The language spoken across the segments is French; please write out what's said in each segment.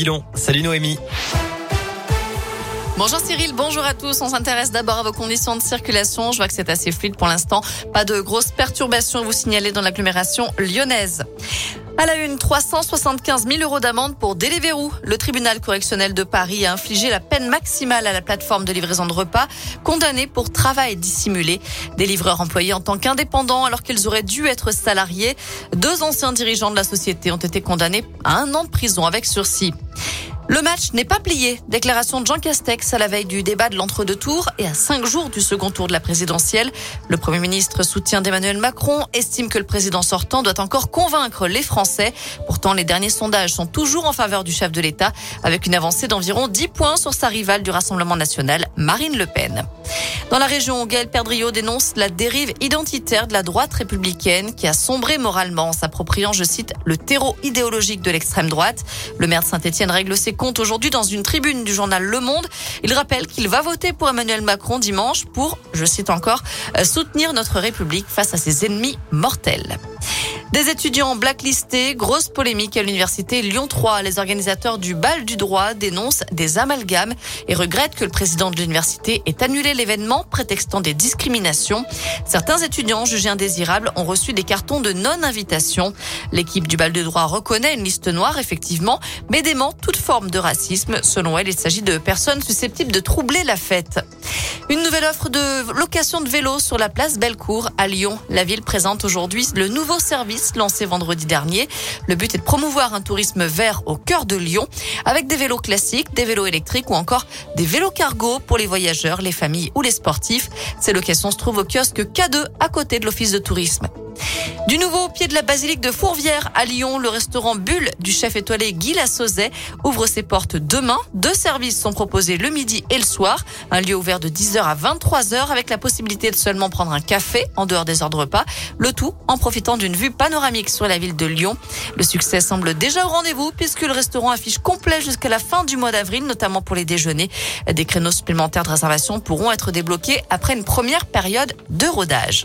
bilan. Salut Noémie. Bonjour Cyril, bonjour à tous. On s'intéresse d'abord à vos conditions de circulation. Je vois que c'est assez fluide pour l'instant. Pas de grosses perturbations à vous signaler dans l'agglomération lyonnaise. À la une, 375 000 € d'amende pour Deliveroo. Le tribunal correctionnel de Paris a infligé la peine maximale à la plateforme de livraison de repas, condamnée pour travail dissimulé. Des livreurs employés en tant qu'indépendants alors qu'ils auraient dû être salariés. 2 anciens dirigeants de la société ont été condamnés à 1 an de prison avec sursis. Le match n'est pas plié. Déclaration de Jean Castex à la veille du débat de l'entre-deux tours et à 5 jours du second tour de la présidentielle. Le Premier ministre, soutien d'Emmanuel Macron, estime que le président sortant doit encore convaincre les Français. Pourtant, les derniers sondages sont toujours en faveur du chef de l'État, avec une avancée d'environ 10 points sur sa rivale du Rassemblement national, Marine Le Pen. Dans la région, Gaël Perdriau dénonce la dérive identitaire de la droite républicaine qui a sombré moralement en s'appropriant, je cite, le terreau idéologique de l'extrême droite. Le maire de Saint-Étienne règle ses comptes aujourd'hui dans une tribune du journal Le Monde. Il rappelle qu'il va voter pour Emmanuel Macron dimanche pour, je cite encore, soutenir notre République face à ses ennemis mortels. Des étudiants blacklistés, grosse polémique à l'université Lyon 3. Les organisateurs du bal du droit dénoncent des amalgames et regrettent que le président de l'université ait annulé l'événement prétextant des discriminations. Certains étudiants jugés indésirables ont reçu des cartons de non-invitation. L'équipe du bal du droit reconnaît une liste noire, effectivement, mais dément toute forme de racisme. Selon elle, il s'agit de personnes susceptibles de troubler la fête. Une nouvelle offre de location de vélos sur la place Bellecour à Lyon. La ville présente aujourd'hui le nouveau service lancé vendredi dernier. Le but est de promouvoir un tourisme vert au cœur de Lyon avec des vélos classiques, des vélos électriques ou encore des vélos cargo pour les voyageurs, les familles ou les sportifs. Ces locations se trouvent au kiosque K2 à côté de l'office de tourisme. Du nouveau au pied de la basilique de Fourvière à Lyon, le restaurant Bulle du chef étoilé Guy Lassauzet ouvre ses portes demain. 2 services sont proposés le midi et le soir. Un lieu ouvert de 10h à 23h avec la possibilité de seulement prendre un café en dehors des heures de repas. Le tout en profitant d'une vue panoramique sur la ville de Lyon. Le succès semble déjà au rendez-vous puisque le restaurant affiche complet jusqu'à la fin du mois d'avril, notamment pour les déjeuners. Des créneaux supplémentaires de réservation pourront être débloqués après une première période de rodage.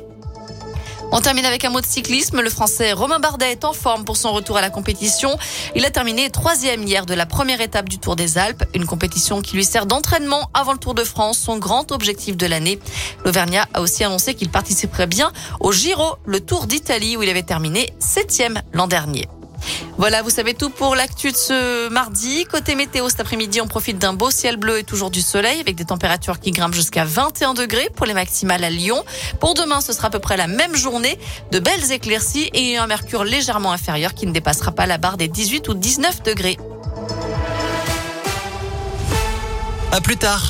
On termine avec un mot de cyclisme. Le Français Romain Bardet est en forme pour son retour à la compétition. Il a terminé 3e hier de la première étape du Tour des Alpes. Une compétition qui lui sert d'entraînement avant le Tour de France, son grand objectif de l'année. L'Auvergnat a aussi annoncé qu'il participerait bien au Giro, le Tour d'Italie, où il avait terminé 7e l'an dernier. Voilà, vous savez tout pour l'actu de ce mardi. Côté météo, cet après-midi, on profite d'un beau ciel bleu et toujours du soleil avec des températures qui grimpent jusqu'à 21 degrés pour les maximales à Lyon. Pour demain, ce sera à peu près la même journée, de belles éclaircies et un mercure légèrement inférieur qui ne dépassera pas la barre des 18 ou 19 degrés. À plus tard.